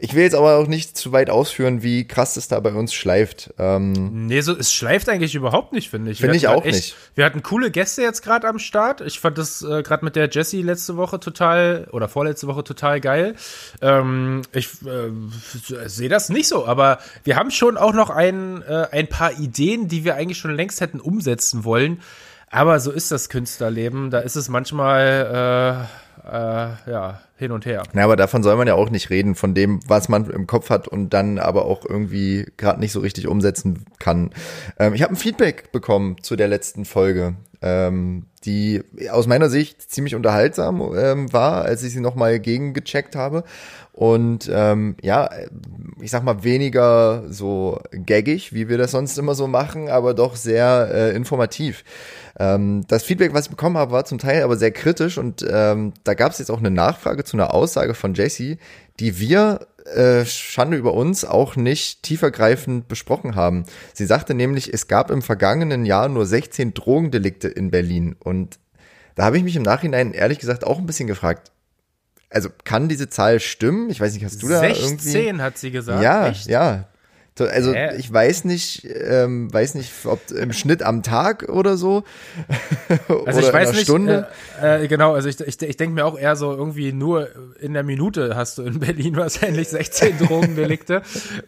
Ich will jetzt aber auch nicht zu weit ausführen, wie krass es da bei uns schleift. Nee, so, es schleift eigentlich überhaupt nicht, finde ich. Finde ich auch nicht. Wir hatten coole Gäste jetzt gerade am Start. Ich fand das gerade mit der Jessie letzte Woche vorletzte Woche total geil. Ich sehe das nicht so, aber wir haben schon auch noch ein paar Ideen, die wir eigentlich schon längst hätten umsetzen wollen. Aber so ist das Künstlerleben. Da ist es manchmal hin und her. Na, aber davon soll man ja auch nicht reden, von dem, was man im Kopf hat und dann aber auch irgendwie gerade nicht so richtig umsetzen kann. Ich habe ein Feedback bekommen zu der letzten Folge, die aus meiner Sicht ziemlich unterhaltsam war, als ich sie nochmal gegengecheckt habe. Und ich sag mal, weniger so gaggig, wie wir das sonst immer so machen, aber doch sehr informativ. Das Feedback, was ich bekommen habe, war zum Teil aber sehr kritisch und da gab es jetzt auch eine Nachfrage zu einer Aussage von Jessie, die wir, Schande über uns, auch nicht tiefergreifend besprochen haben. Sie sagte nämlich, es gab im vergangenen Jahr nur 16 Drogendelikte in Berlin und da habe ich mich im Nachhinein ehrlich gesagt auch ein bisschen gefragt, also kann diese Zahl stimmen? Ich weiß nicht, hast du da 16 irgendwie? 16 hat sie gesagt. Ja, echt? ja. Also ich weiß nicht, ob im Schnitt am Tag oder so. Also oder ich weiß in einer nicht, Stunde. genau, also ich denke mir auch eher so irgendwie nur in der Minute hast du in Berlin wahrscheinlich 16 Drogendelikte.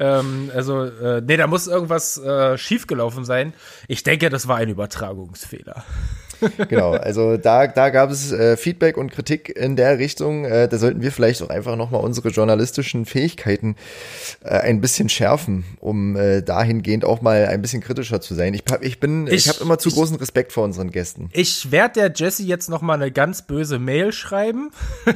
Nee, da muss irgendwas schiefgelaufen sein. Ich denke, das war ein Übertragungsfehler. Genau, also da gab es Feedback und Kritik in der Richtung. Da sollten wir vielleicht auch einfach nochmal unsere journalistischen Fähigkeiten ein bisschen schärfen, um dahingehend auch mal ein bisschen kritischer zu sein. Ich habe immer zu großen Respekt vor unseren Gästen. Ich werde der Jessie jetzt nochmal eine ganz böse Mail schreiben,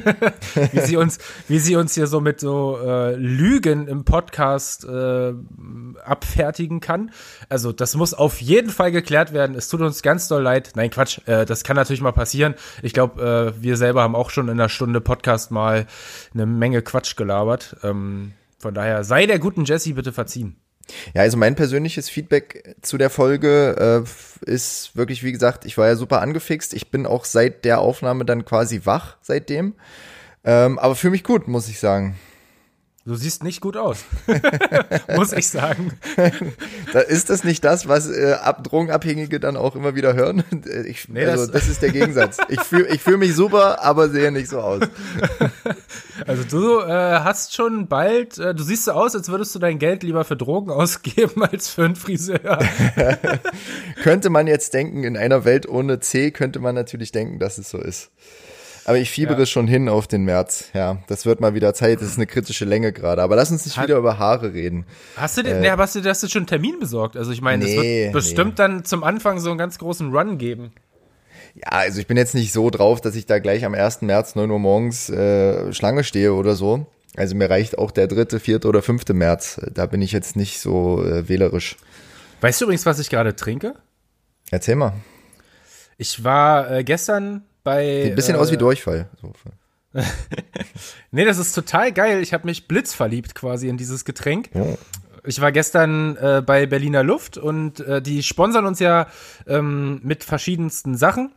wie sie uns hier so mit so Lügen im Podcast abfertigen kann. Also das muss auf jeden Fall geklärt werden. Es tut uns ganz doll leid. Nein, Quatsch. Das kann natürlich mal passieren. Ich glaube, wir selber haben auch schon in einer Stunde Podcast mal eine Menge Quatsch gelabert. Von daher sei der guten Jessie bitte verziehen. Ja, also mein persönliches Feedback zu der Folge ist wirklich, wie gesagt, ich war ja super angefixt. Ich bin auch seit der Aufnahme dann quasi wach seitdem. Aber fühle mich gut, muss ich sagen. Du siehst nicht gut aus, muss ich sagen. Ist das nicht das, was Drogenabhängige dann auch immer wieder hören? Das ist der Gegensatz. Ich fühl mich super, aber sehe nicht so aus. Also du hast schon bald, du siehst so aus, als würdest du dein Geld lieber für Drogen ausgeben als für einen Friseur. Könnte man jetzt denken, in einer Welt ohne C könnte man natürlich denken, dass es so ist. Aber ich fiebere schon hin auf den März. Ja, das wird mal wieder Zeit. Das ist eine kritische Länge gerade. Aber lass uns nicht wieder über Haare reden. Hast du dir schon einen Termin besorgt? Also ich meine, es wird bestimmt dann zum Anfang so einen ganz großen Run geben. Ja, also ich bin jetzt nicht so drauf, dass ich da gleich am 1. März 9 Uhr morgens Schlange stehe oder so. Also mir reicht auch der 3., 4. oder 5. März. Da bin ich jetzt nicht so wählerisch. Weißt du übrigens, was ich gerade trinke? Erzähl mal. Ich war gestern Sieht ein bisschen aus wie Durchfall. So. Nee, das ist total geil. Ich habe mich blitzverliebt quasi in dieses Getränk. Oh. Ich war gestern bei Berliner Luft und die sponsern uns ja mit verschiedensten Sachen.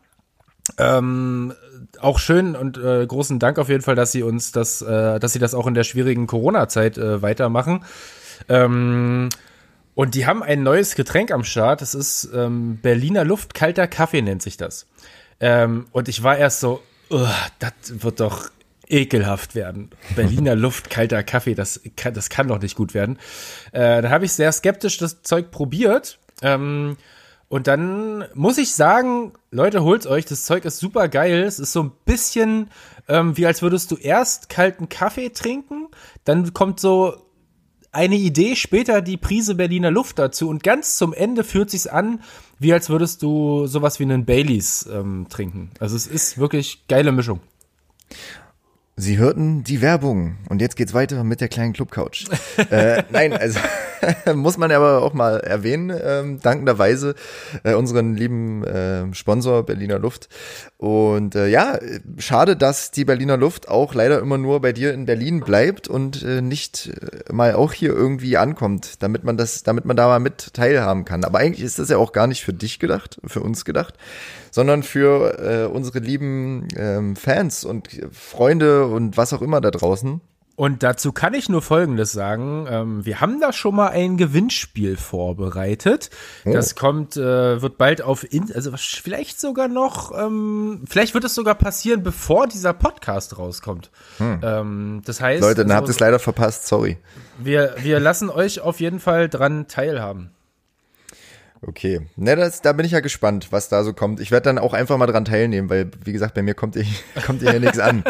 Auch schön und großen Dank auf jeden Fall, dass sie uns dass sie das auch in der schwierigen Corona-Zeit weitermachen. Und die haben ein neues Getränk am Start. Das ist Berliner Luft, kalter Kaffee nennt sich das. Und ich war erst so, das wird doch ekelhaft werden. Berliner Luft, kalter Kaffee, das kann doch nicht gut werden. Dann habe ich sehr skeptisch das Zeug probiert. Und dann muss ich sagen, Leute, holt's euch, das Zeug ist super geil. Es ist so ein bisschen wie als würdest du erst kalten Kaffee trinken, dann kommt so eine Idee, später die Prise Berliner Luft dazu und ganz zum Ende fühlt sich's an, wie als würdest du sowas wie einen Baileys trinken. Also es ist wirklich geile Mischung. Sie hörten die Werbung und jetzt geht's weiter mit der kleinen Clubcouch. Nein, also muss man aber auch mal erwähnen, dankenderweise unseren lieben Sponsor Berliner Luft. Und schade, dass die Berliner Luft auch leider immer nur bei dir in Berlin bleibt und nicht mal auch hier irgendwie ankommt, damit man da mal mit teilhaben kann. Aber eigentlich ist das ja auch gar nicht für dich gedacht, für uns gedacht, sondern für unsere lieben Fans und Freunde und was auch immer da draußen. Und dazu kann ich nur Folgendes sagen. Wir haben da schon mal ein Gewinnspiel vorbereitet. Das kommt, wird bald also vielleicht sogar noch, vielleicht wird es sogar passieren, bevor dieser Podcast rauskommt. Das heißt. Leute, dann habt ihr es leider verpasst, sorry. Wir lassen euch auf jeden Fall dran teilhaben. Okay, da bin ich ja gespannt, was da so kommt. Ich werde dann auch einfach mal dran teilnehmen, weil, wie gesagt, bei mir kommt hier nichts an.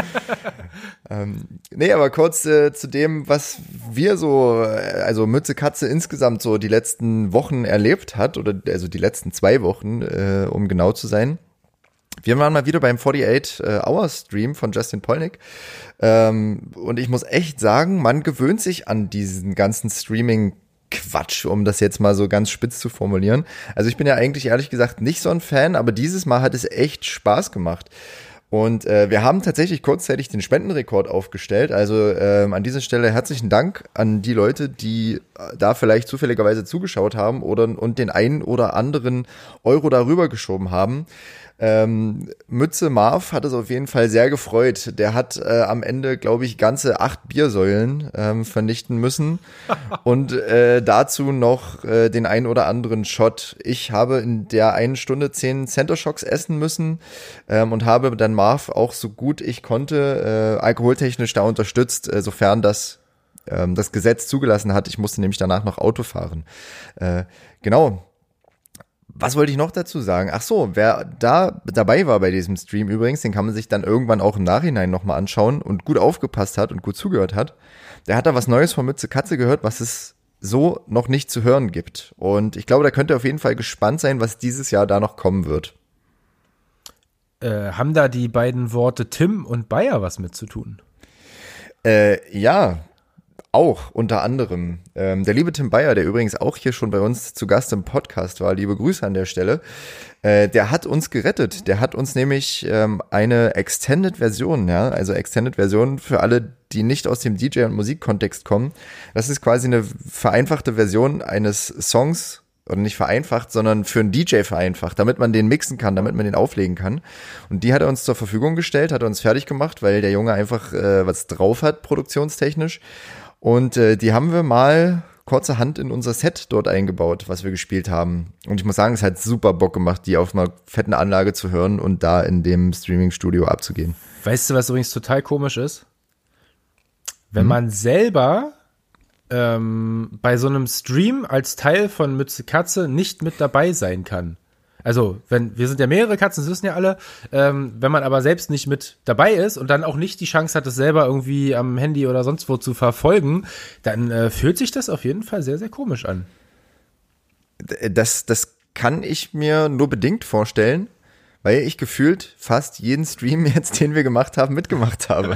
Aber kurz zu dem, was wir so, also Mütze Katze insgesamt so die letzten Wochen erlebt hat, oder also die letzten 2 Wochen, um genau zu sein. Wir waren mal wieder beim 48-Hour-Stream von Justin Polnick. Und ich muss echt sagen, man gewöhnt sich an diesen ganzen Streaming-Quatsch, um das jetzt mal so ganz spitz zu formulieren. Also ich bin ja eigentlich ehrlich gesagt nicht so ein Fan, aber dieses Mal hat es echt Spaß gemacht. Und wir haben tatsächlich kurzzeitig den Spendenrekord aufgestellt. Also an dieser Stelle herzlichen Dank an die Leute, die da vielleicht zufälligerweise zugeschaut haben und den einen oder anderen Euro darüber geschoben haben. Mütze Marv hat es auf jeden Fall sehr gefreut. Der hat am Ende, glaube ich, ganze 8 Biersäulen vernichten müssen und dazu noch den einen oder anderen Shot. Ich habe in der 1 Stunde 10 Center Shocks essen müssen und habe dann Marv auch so gut ich konnte alkoholtechnisch da unterstützt, sofern das Gesetz zugelassen hat. Ich musste nämlich danach noch Auto fahren. Genau. Was wollte ich noch dazu sagen? Ach so, wer da dabei war bei diesem Stream übrigens, den kann man sich dann irgendwann auch im Nachhinein nochmal anschauen und gut aufgepasst hat und gut zugehört hat. Der hat da was Neues von Mütze Katze gehört, was es so noch nicht zu hören gibt. Und ich glaube, da könnt ihr auf jeden Fall gespannt sein, was dieses Jahr da noch kommen wird. Haben da die beiden Worte Tim und Bayer was mit zu tun? Ja, auch unter anderem. Der liebe Tim Bayer, der übrigens auch hier schon bei uns zu Gast im Podcast war, liebe Grüße an der Stelle, der hat uns gerettet. Der hat uns nämlich eine Extended-Version, ja, also Extended-Version für alle, die nicht aus dem DJ- und Musikkontext kommen. Das ist quasi eine vereinfachte Version eines Songs, oder nicht vereinfacht, sondern für einen DJ vereinfacht, damit man den mixen kann, damit man den auflegen kann. Und die hat er uns zur Verfügung gestellt, hat er uns fertig gemacht, weil der Junge einfach was drauf hat, produktionstechnisch. Und die haben wir mal kurzerhand in unser Set dort eingebaut, was wir gespielt haben. Und ich muss sagen, es hat super Bock gemacht, die auf einer fetten Anlage zu hören und da in dem Streaming-Studio abzugehen. Weißt du, was übrigens total komisch ist? Wenn man selber bei so einem Stream als Teil von Mütze Katze nicht mit dabei sein kann. Also, wir sind ja mehrere Katzen, das wissen ja alle, wenn man aber selbst nicht mit dabei ist und dann auch nicht die Chance hat, es selber irgendwie am Handy oder sonst wo zu verfolgen, dann fühlt sich das auf jeden Fall sehr, sehr komisch an. Das kann ich mir nur bedingt vorstellen, weil ich gefühlt fast jeden Stream jetzt, den wir gemacht haben, mitgemacht habe.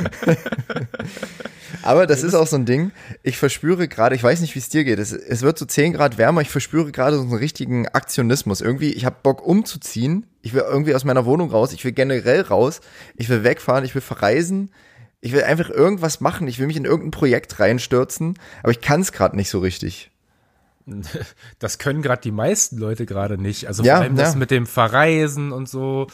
Aber das ist auch so ein Ding, ich verspüre gerade, ich weiß nicht, wie es dir geht, es wird so 10 Grad wärmer, ich verspüre gerade so einen richtigen Aktionismus. Irgendwie, ich habe Bock umzuziehen, ich will irgendwie aus meiner Wohnung raus, ich will generell raus, ich will wegfahren, ich will verreisen, ich will einfach irgendwas machen, ich will mich in irgendein Projekt reinstürzen, aber ich kann es gerade nicht so richtig. Das können gerade die meisten Leute gerade nicht. Also vor allem das mit dem Verreisen und so.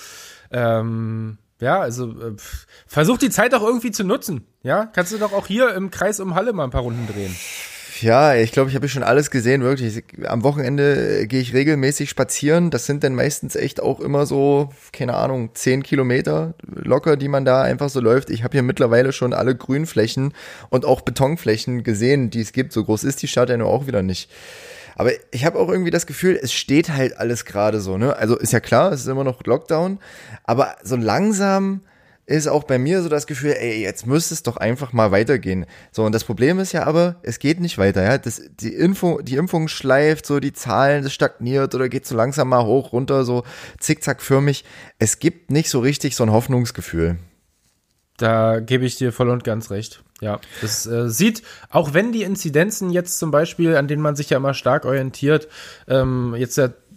Versuch die Zeit auch irgendwie zu nutzen. Ja, kannst du doch auch hier im Kreis um Halle mal ein paar Runden drehen. Ja, ich glaube, ich habe schon alles gesehen, wirklich. Am Wochenende gehe ich regelmäßig spazieren. Das sind dann meistens echt auch immer so, keine Ahnung, 10 Kilometer locker, die man da einfach so läuft. Ich habe hier mittlerweile schon alle Grünflächen und auch Betonflächen gesehen, die es gibt. So groß ist die Stadt ja nur auch wieder nicht. Aber ich habe auch irgendwie das Gefühl, es steht halt alles gerade so, ne? Also ist ja klar, es ist immer noch Lockdown, aber so langsam ist auch bei mir so das Gefühl, ey, jetzt müsste es doch einfach mal weitergehen. So, und das Problem ist ja aber, es geht nicht weiter, ja. Die Impfung schleift, so die Zahlen, das stagniert oder geht so langsam mal hoch, runter, so zickzackförmig. Es gibt nicht so richtig so ein Hoffnungsgefühl. Da gebe ich dir voll und ganz recht. Ja, das sieht, auch wenn die Inzidenzen jetzt zum Beispiel, an denen man sich ja immer stark orientiert, jetzt ja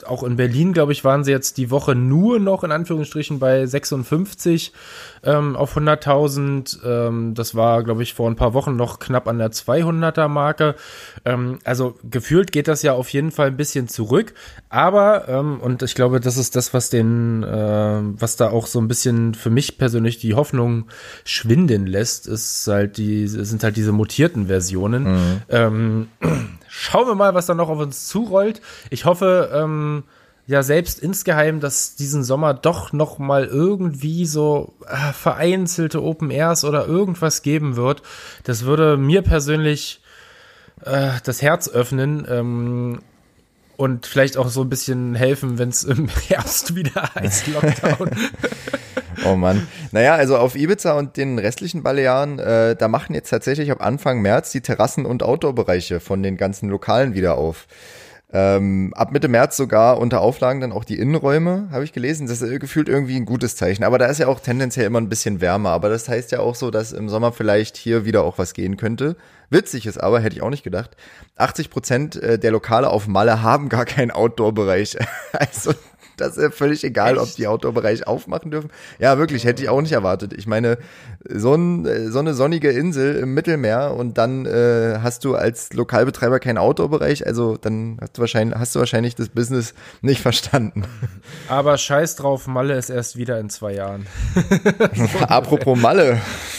auch in Berlin, glaube ich, waren sie jetzt die Woche nur noch in Anführungsstrichen bei 56 auf 100.000. Das war, glaube ich, vor ein paar Wochen noch knapp an der 200er-Marke. Also gefühlt geht das ja auf jeden Fall ein bisschen zurück. Aber, und ich glaube, das ist das, was was da auch so ein bisschen für mich persönlich die Hoffnung schwinden lässt, sind halt diese mutierten Versionen. Schauen wir mal, was da noch auf uns zurollt. Ich hoffe, ja, selbst insgeheim, dass diesen Sommer doch noch mal irgendwie so vereinzelte Open Airs oder irgendwas geben wird. Das würde mir persönlich das Herz öffnen und vielleicht auch so ein bisschen helfen, wenn es im Herbst wieder heißt, Lockdown. Oh Mann. Naja, also auf Ibiza und den restlichen Balearen, da machen jetzt tatsächlich ab Anfang März die Terrassen- und Outdoor-Bereiche von den ganzen Lokalen wieder auf. Ab Mitte März sogar unter Auflagen dann auch die Innenräume, habe ich gelesen. Das ist gefühlt irgendwie ein gutes Zeichen. Aber da ist ja auch tendenziell immer ein bisschen wärmer. Aber das heißt ja auch so, dass im Sommer vielleicht hier wieder auch was gehen könnte. Witzig ist aber, hätte ich auch nicht gedacht, 80% der Lokale auf Malle haben gar keinen Outdoor-Bereich. Also das ist ja völlig egal, ob die Outdoor-Bereich aufmachen dürfen. Ja, wirklich, hätte ich auch nicht erwartet. Ich meine, so eine sonnige Insel im Mittelmeer und dann hast du als Lokalbetreiber keinen Outdoor-Bereich, also dann hast du wahrscheinlich das Business nicht verstanden. Aber scheiß drauf, Malle ist erst wieder in 2 Jahren. Apropos Malle.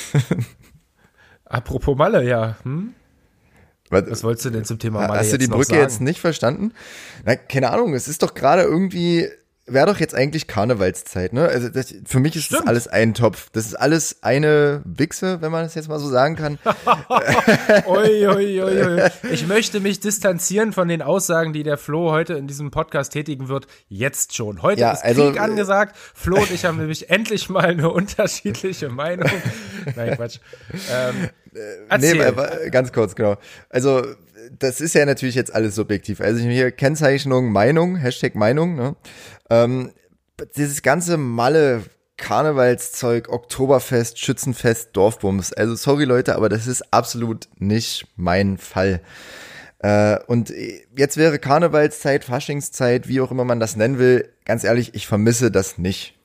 Apropos Malle, ja. Was wolltest du denn zum Thema Malle Hast du die Brücke jetzt nicht verstanden? Na, keine Ahnung, es ist doch gerade irgendwie, wäre doch jetzt eigentlich Karnevalszeit, ne? Also für mich ist das alles ein Topf. Das ist alles eine Wichse, wenn man das jetzt mal so sagen kann. Ui. Ich möchte mich distanzieren von den Aussagen, die der Flo heute in diesem Podcast tätigen wird. Jetzt schon. Heute ist Krieg angesagt. Flo und ich haben nämlich endlich mal eine unterschiedliche Meinung. Nein, Quatsch. Ganz kurz, genau. Also, das ist ja natürlich jetzt alles subjektiv. Also hier Kennzeichnung, Meinung, Hashtag Meinung, ne? Dieses ganze Malle Karnevalszeug, Oktoberfest, Schützenfest, Dorfbums. Also sorry Leute, aber das ist absolut nicht mein Fall. Und jetzt wäre Karnevalszeit, Faschingszeit, wie auch immer man das nennen will. Ganz ehrlich, ich vermisse das nicht.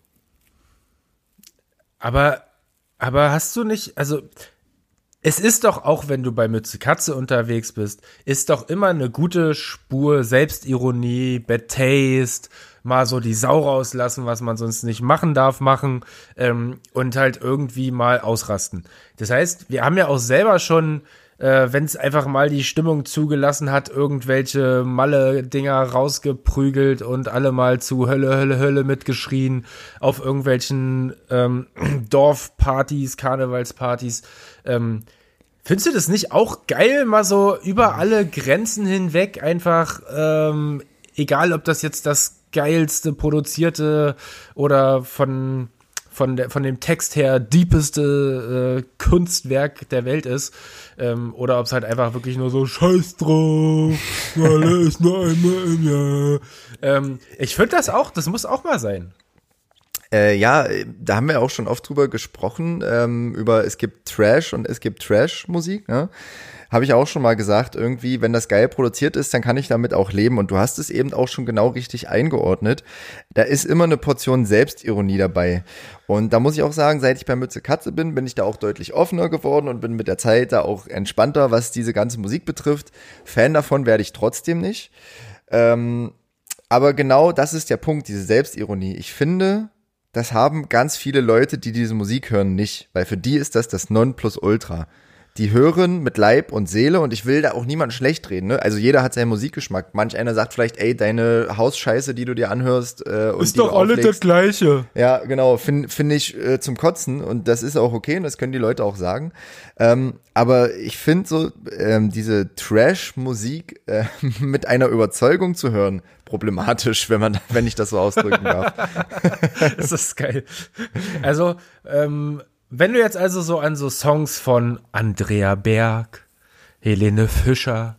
Aber hast du nicht, also es ist doch auch, wenn du bei Mütze Katze unterwegs bist, ist doch immer eine gute Spur Selbstironie, Bad Taste, mal so die Sau rauslassen, was man sonst nicht machen darf, und halt irgendwie mal ausrasten. Das heißt, wir haben ja auch selber schon, wenn es einfach mal die Stimmung zugelassen hat, irgendwelche Malle-Dinger rausgeprügelt und alle mal zu Hölle, Hölle, Hölle mitgeschrien auf irgendwelchen Dorfpartys, Karnevalspartys. Findest du das nicht auch geil, mal so über alle Grenzen hinweg einfach, egal ob das jetzt das geilste, produzierte oder von dem Text her deepeste Kunstwerk der Welt ist, oder ob es halt einfach wirklich nur so Scheiß drauf, Malle ist nur einmal im Jahr. Ich finde das muss auch mal sein. Ja, da haben wir auch schon oft drüber gesprochen, es gibt Trash und es gibt Trash-Musik, ne? Habe ich auch schon mal gesagt, irgendwie, wenn das geil produziert ist, dann kann ich damit auch leben. Und du hast es eben auch schon genau richtig eingeordnet. Da ist immer eine Portion Selbstironie dabei. Und da muss ich auch sagen, seit ich bei Mütze Katze bin ich da auch deutlich offener geworden und bin mit der Zeit da auch entspannter, was diese ganze Musik betrifft. Fan davon werde ich trotzdem nicht. Aber genau das ist der Punkt, diese Selbstironie. Ich finde, das haben ganz viele Leute, die diese Musik hören, nicht. Weil für die ist das Nonplusultra. Die hören mit Leib und Seele und ich will da auch niemanden schlecht reden, ne? Also jeder hat seinen Musikgeschmack. Manch einer sagt vielleicht, ey, deine Hausscheiße, die du dir anhörst, und ist doch alle das Gleiche. Ja, genau, finde ich zum Kotzen und das ist auch okay und das können die Leute auch sagen. Aber ich finde so, diese Trash-Musik mit einer Überzeugung zu hören, problematisch, wenn ich das so ausdrücken darf. Das ist geil. Also, wenn du jetzt also so an so Songs von Andrea Berg, Helene Fischer,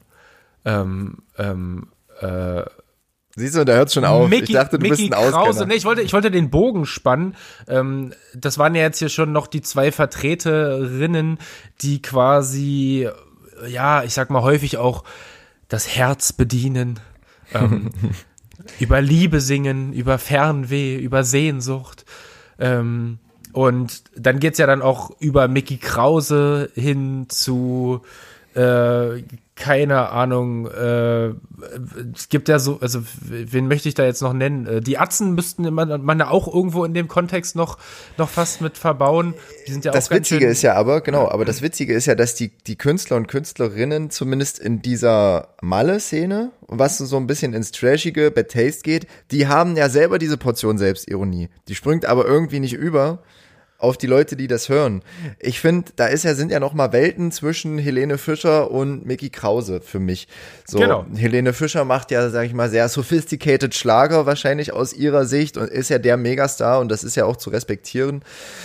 siehst du, da hört's schon auf. Ich dachte, du bist ein Auskenner. Nee, ich wollte den Bogen spannen. Das waren ja jetzt hier schon noch die 2 Vertreterinnen, die quasi, ja, ich sag mal häufig auch das Herz bedienen. über Liebe singen, über Fernweh, über Sehnsucht. Und dann geht's ja dann auch über Mickey Krause hin zu keine Ahnung, es gibt ja so, also wen möchte ich da jetzt noch nennen? Die Atzen müssten man ja auch irgendwo in dem Kontext noch fast mit verbauen. Die sind ja das auch ganz Witzige schön, ist ja aber, genau, aber das Witzige ist ja, dass die Künstler und Künstlerinnen zumindest in dieser Malle-Szene, was so ein bisschen ins Trashige, Bad Taste geht, die haben ja selber diese Portion Selbstironie. Die springt aber irgendwie nicht über auf die Leute, die das hören. Ich finde, sind ja noch mal Welten zwischen Helene Fischer und Mickey Krause für mich. So, genau. Helene Fischer macht ja, sag ich mal, sehr sophisticated Schlager wahrscheinlich aus ihrer Sicht und ist ja der Megastar und das ist ja auch zu respektieren.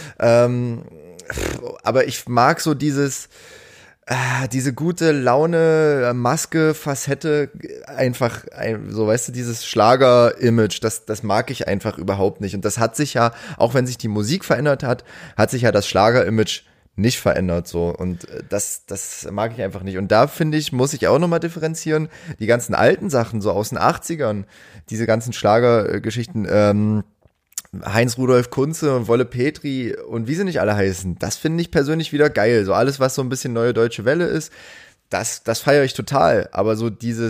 Aber ich mag so diese gute Laune, Maske, Facette, einfach, so weißt du, dieses Schlager-Image, das mag ich einfach überhaupt nicht. Und das hat sich ja, auch wenn sich die Musik verändert hat sich ja das Schlager-Image nicht verändert, so. Und das mag ich einfach nicht. Und da, finde ich, muss ich auch nochmal differenzieren. Die ganzen alten Sachen, so aus den 80ern, diese ganzen Schlagergeschichten, Heinz Rudolf Kunze und Wolle Petri und wie sie nicht alle heißen, das finde ich persönlich wieder geil. So alles, was so ein bisschen neue deutsche Welle ist, das feiere ich total. Aber so diese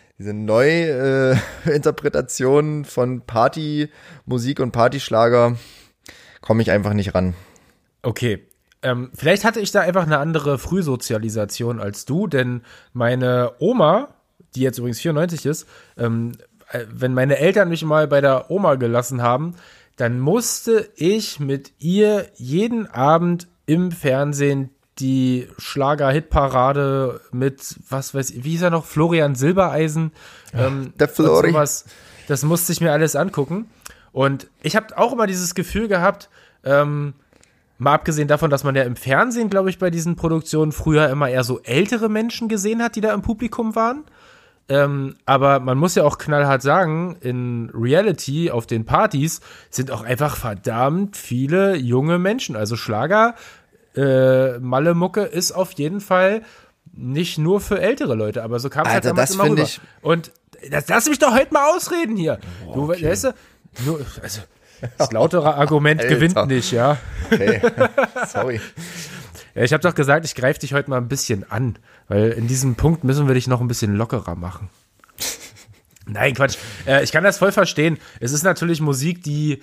neue Interpretation von Partymusik und Partyschlager komme ich einfach nicht ran. Okay. Vielleicht hatte ich da einfach eine andere Frühsozialisation als du, denn meine Oma, die jetzt übrigens 94 ist, wenn meine Eltern mich mal bei der Oma gelassen haben, dann musste ich mit ihr jeden Abend im Fernsehen die Schlager-Hitparade mit, was weiß ich, wie hieß er noch, Florian Silbereisen. Der Flori. Sowas, das musste ich mir alles angucken. Und ich habe auch immer dieses Gefühl gehabt, mal abgesehen davon, dass man ja im Fernsehen, glaube ich, bei diesen Produktionen früher immer eher so ältere Menschen gesehen hat, die da im Publikum waren. Aber man muss ja auch knallhart sagen, in Reality auf den Partys sind auch einfach verdammt viele junge Menschen. Also Schlager, Malle-Mucke ist auf jeden Fall nicht nur für ältere Leute, aber so kam es halt damals immer rüber. Und lass mich doch heute mal ausreden hier. Du weißt du, also das lautere Argument gewinnt nicht, ja. Okay, sorry. Ja, ich habe doch gesagt, ich greife dich heute mal ein bisschen an, weil in diesem Punkt müssen wir dich noch ein bisschen lockerer machen. Nein, Quatsch. Ich kann das voll verstehen. Es ist natürlich Musik, die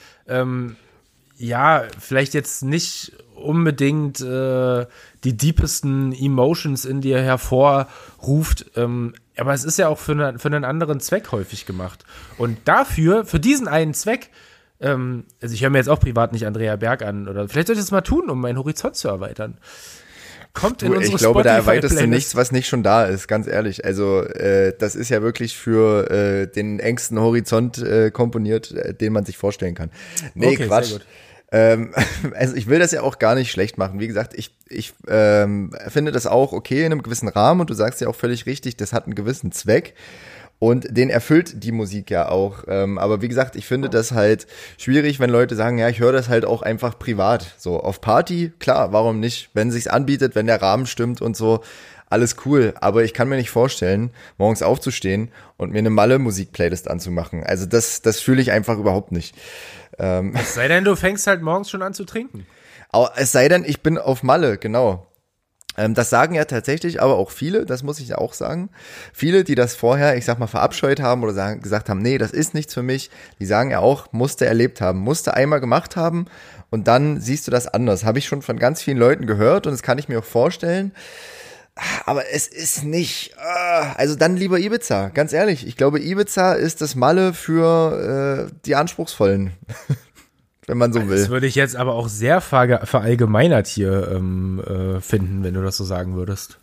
vielleicht jetzt nicht unbedingt die deepesten Emotions in dir hervorruft, aber es ist ja auch für einen anderen Zweck häufig gemacht. Und für diesen einen Zweck, also ich höre mir jetzt auch privat nicht Andrea Berg an, oder vielleicht sollte ich das mal tun, um meinen Horizont zu erweitern. Kommt in unsere Ich glaube, da erweiterst du Spotify-Playlist. nichts, was nicht schon da ist, ganz ehrlich. Also das ist ja wirklich für den engsten Horizont komponiert, den man sich vorstellen kann. Nee, okay, Quatsch. sehr gut. Also ich will das ja auch gar nicht schlecht machen. Wie gesagt, ich finde das auch okay in einem gewissen Rahmen und du sagst ja auch völlig richtig, das hat einen gewissen Zweck. Und den erfüllt die Musik ja auch. Aber wie gesagt, ich finde das halt schwierig, wenn Leute sagen, ja, ich höre das halt auch einfach privat. So auf Party, klar, warum nicht? Wenn sich's anbietet, wenn der Rahmen stimmt und so, alles cool. Aber ich kann mir nicht vorstellen, morgens aufzustehen und mir eine Malle-Musik-Playlist anzumachen. Also das fühle ich einfach überhaupt nicht. Es sei denn, du fängst halt morgens schon an zu trinken. Es sei denn, ich bin auf Malle, genau. Das sagen ja tatsächlich aber auch viele, das muss ich auch sagen. Viele, die das vorher, ich sag mal, verabscheut haben oder gesagt haben, nee, das ist nichts für mich, die sagen ja auch, musste erlebt haben, musste einmal gemacht haben und dann siehst du das anders. Habe ich schon von ganz vielen Leuten gehört und das kann ich mir auch vorstellen. Aber es ist nicht, also dann lieber Ibiza, ganz ehrlich. Ich glaube, Ibiza ist das Malle für die Anspruchsvollen. Wenn man so will. Das würde ich jetzt aber auch sehr verallgemeinert hier finden, wenn du das so sagen würdest.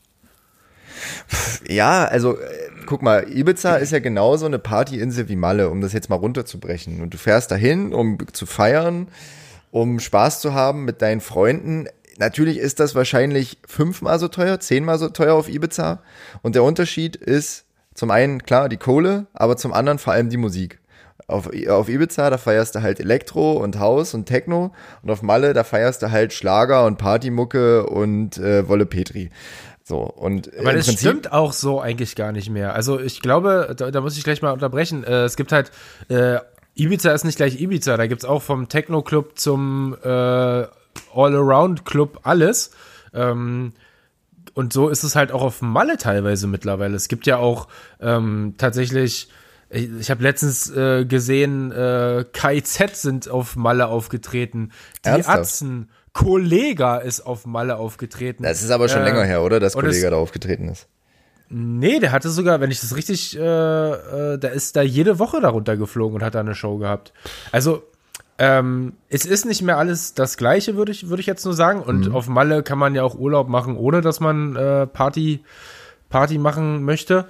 Ja, also guck mal, Ibiza ist ja genauso eine Partyinsel wie Malle, um das jetzt mal runterzubrechen. Und du fährst dahin, um zu feiern, um Spaß zu haben mit deinen Freunden. Natürlich ist das wahrscheinlich 5-mal so teuer, 10-mal so teuer auf Ibiza. Und der Unterschied ist zum einen, klar, die Kohle, aber zum anderen vor allem die Musik. Auf Ibiza, da feierst du halt Elektro und House und Techno und auf Malle, da feierst du halt Schlager und Partymucke und Wolle Petri. So, und aber das stimmt auch so eigentlich gar nicht mehr. Also ich glaube, da muss ich gleich mal unterbrechen. Es gibt halt, Ibiza ist nicht gleich Ibiza. Da gibt's auch vom Techno-Club zum All-Around-Club alles. Und so ist es halt auch auf Malle teilweise mittlerweile. Es gibt ja auch tatsächlich, ich habe letztens gesehen, KIZ sind auf Malle aufgetreten. Die Ernsthaft? Atzen, Kollega ist auf Malle aufgetreten. Das ist aber schon länger her, oder? Dass Kollega da aufgetreten ist. Nee, der hatte sogar, wenn ich das richtig, der ist da jede Woche darunter geflogen und hat da eine Show gehabt. Also, es ist nicht mehr alles das Gleiche, würde ich jetzt nur sagen. Und auf Malle kann man ja auch Urlaub machen, ohne dass man Party machen möchte.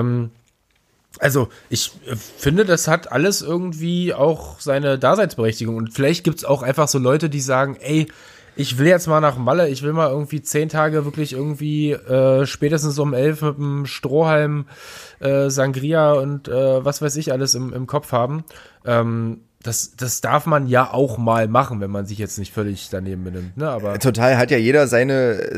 Also, ich finde, das hat alles irgendwie auch seine Daseinsberechtigung. Und vielleicht gibt's auch einfach so Leute, die sagen, ey, ich will jetzt mal nach Malle, ich will mal irgendwie 10 Tage wirklich irgendwie spätestens um 11 mit einem Strohhalm, Sangria und was weiß ich alles im Kopf haben. Das darf man ja auch mal machen, wenn man sich jetzt nicht völlig daneben benimmt, ne? Aber total, hat ja jeder seine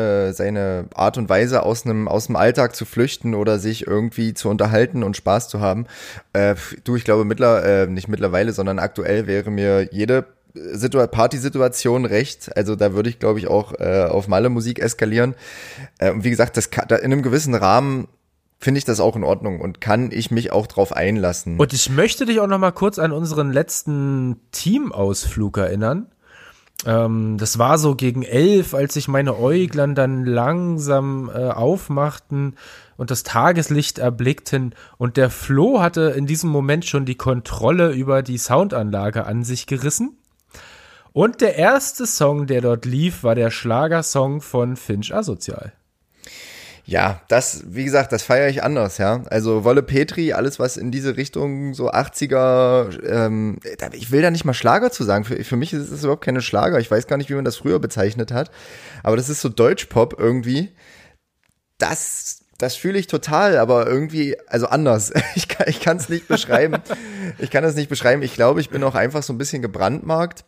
Art und Weise aus dem Alltag zu flüchten oder sich irgendwie zu unterhalten und Spaß zu haben. Ich glaube nicht mittlerweile, sondern aktuell wäre mir jede Partysituation recht. Also da würde ich, glaube ich, auch auf Malle Musik eskalieren. Und wie gesagt, in einem gewissen Rahmen finde ich das auch in Ordnung und kann ich mich auch drauf einlassen. Und ich möchte dich auch noch mal kurz an unseren letzten Teamausflug erinnern. Das war so gegen 11, als sich meine Äuglein dann langsam aufmachten und das Tageslicht erblickten. Und der Flo hatte in diesem Moment schon die Kontrolle über die Soundanlage an sich gerissen. Und der erste Song, der dort lief, war der Schlagersong von Finch Asozial. Ja, wie gesagt, das feiere ich anders, ja. Also Wolle Petri, alles was in diese Richtung so 80er, ich will da nicht mal Schlager zu sagen. Für mich ist es überhaupt keine Schlager. Ich weiß gar nicht, wie man das früher bezeichnet hat. Aber das ist so Deutschpop irgendwie. Das fühle ich total, aber irgendwie, also anders. Ich kann es nicht beschreiben. Ich kann es nicht beschreiben. Ich glaube, ich bin auch einfach so ein bisschen gebrandmarkt.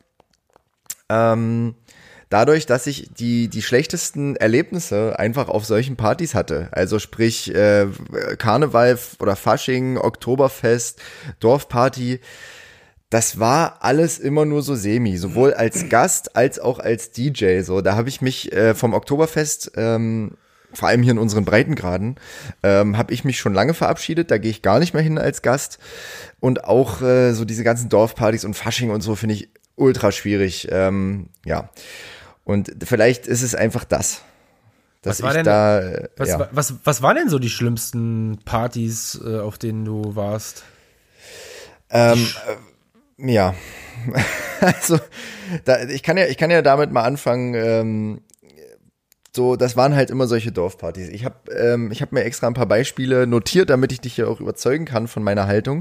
Dadurch, dass ich die schlechtesten Erlebnisse einfach auf solchen Partys hatte. Also sprich Karneval oder Fasching, Oktoberfest, Dorfparty. Das war alles immer nur so semi, sowohl als Gast als auch als DJ. So, da habe ich mich vom Oktoberfest, vor allem hier in unseren Breitengraden, habe ich mich schon lange verabschiedet. Da gehe ich gar nicht mehr hin als Gast. Und auch so diese ganzen Dorfpartys und Fasching und so finde ich ultra schwierig. Ja. Und vielleicht ist es einfach das. Dass was waren denn so die schlimmsten Partys, auf denen du warst? Ja, also ich kann ja damit mal anfangen. So, das waren halt immer solche Dorfpartys. Ich hab mir extra ein paar Beispiele notiert, damit ich dich hier auch überzeugen kann von meiner Haltung.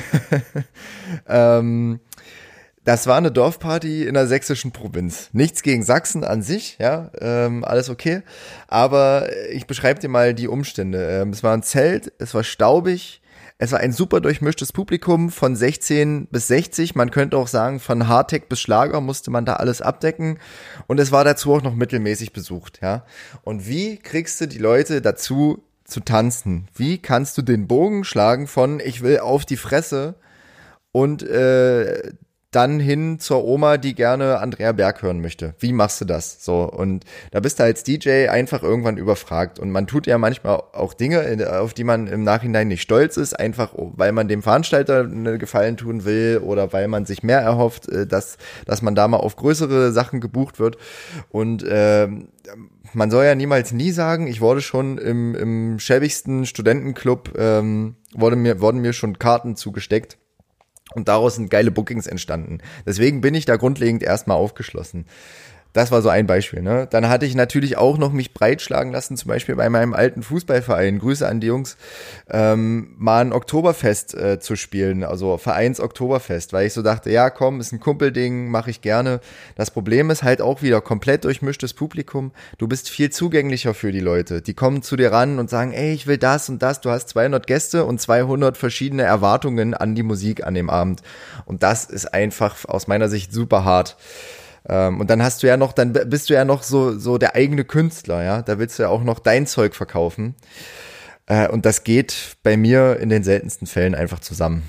Das war eine Dorfparty in der sächsischen Provinz. Nichts gegen Sachsen an sich, ja, alles okay. Aber ich beschreibe dir mal die Umstände. Es war ein Zelt, es war staubig, es war ein super durchmischtes Publikum von 16 bis 60. Man könnte auch sagen, von Hardtech bis Schlager musste man da alles abdecken. Und es war dazu auch noch mittelmäßig besucht, ja. Und wie kriegst du die Leute dazu zu tanzen? Wie kannst du den Bogen schlagen von ich will auf die Fresse und dann hin zur Oma, die gerne Andrea Berg hören möchte. Wie machst du das? So, und da bist du als DJ einfach irgendwann überfragt. Und man tut ja manchmal auch Dinge, auf die man im Nachhinein nicht stolz ist, einfach weil man dem Veranstalter einen Gefallen tun will oder weil man sich mehr erhofft, dass man da mal auf größere Sachen gebucht wird. Und man soll ja niemals nie sagen, ich wurde schon im schäbigsten Studentenclub, wurden mir schon Karten zugesteckt. Und daraus sind geile Bookings entstanden. Deswegen bin ich da grundlegend erstmal aufgeschlossen. Das war so ein Beispiel, ne? Dann hatte ich natürlich auch noch mich breitschlagen lassen, zum Beispiel bei meinem alten Fußballverein, Grüße an die Jungs, mal ein Oktoberfest zu spielen, also Vereins-Oktoberfest, weil ich so dachte, ja komm, ist ein Kumpelding, mache ich gerne. Das Problem ist halt auch wieder komplett durchmischtes Publikum. Du bist viel zugänglicher für die Leute. Die kommen zu dir ran und sagen, ey, ich will das und das. Du hast 200 Gäste und 200 verschiedene Erwartungen an die Musik an dem Abend. Und das ist einfach aus meiner Sicht super hart. Und dann hast du ja noch, dann bist du ja noch so der eigene Künstler, ja. Da willst du ja auch noch dein Zeug verkaufen. Und das geht bei mir in den seltensten Fällen einfach zusammen.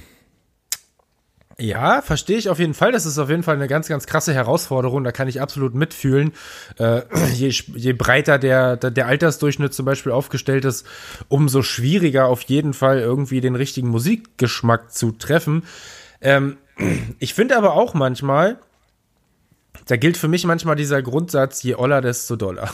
Ja, verstehe ich auf jeden Fall. Das ist auf jeden Fall eine ganz, ganz krasse Herausforderung. Da kann ich absolut mitfühlen. Je breiter der Altersdurchschnitt zum Beispiel aufgestellt ist, umso schwieriger auf jeden Fall irgendwie den richtigen Musikgeschmack zu treffen. Ich finde aber auch manchmal, da gilt für mich manchmal dieser Grundsatz, je oller, desto doller.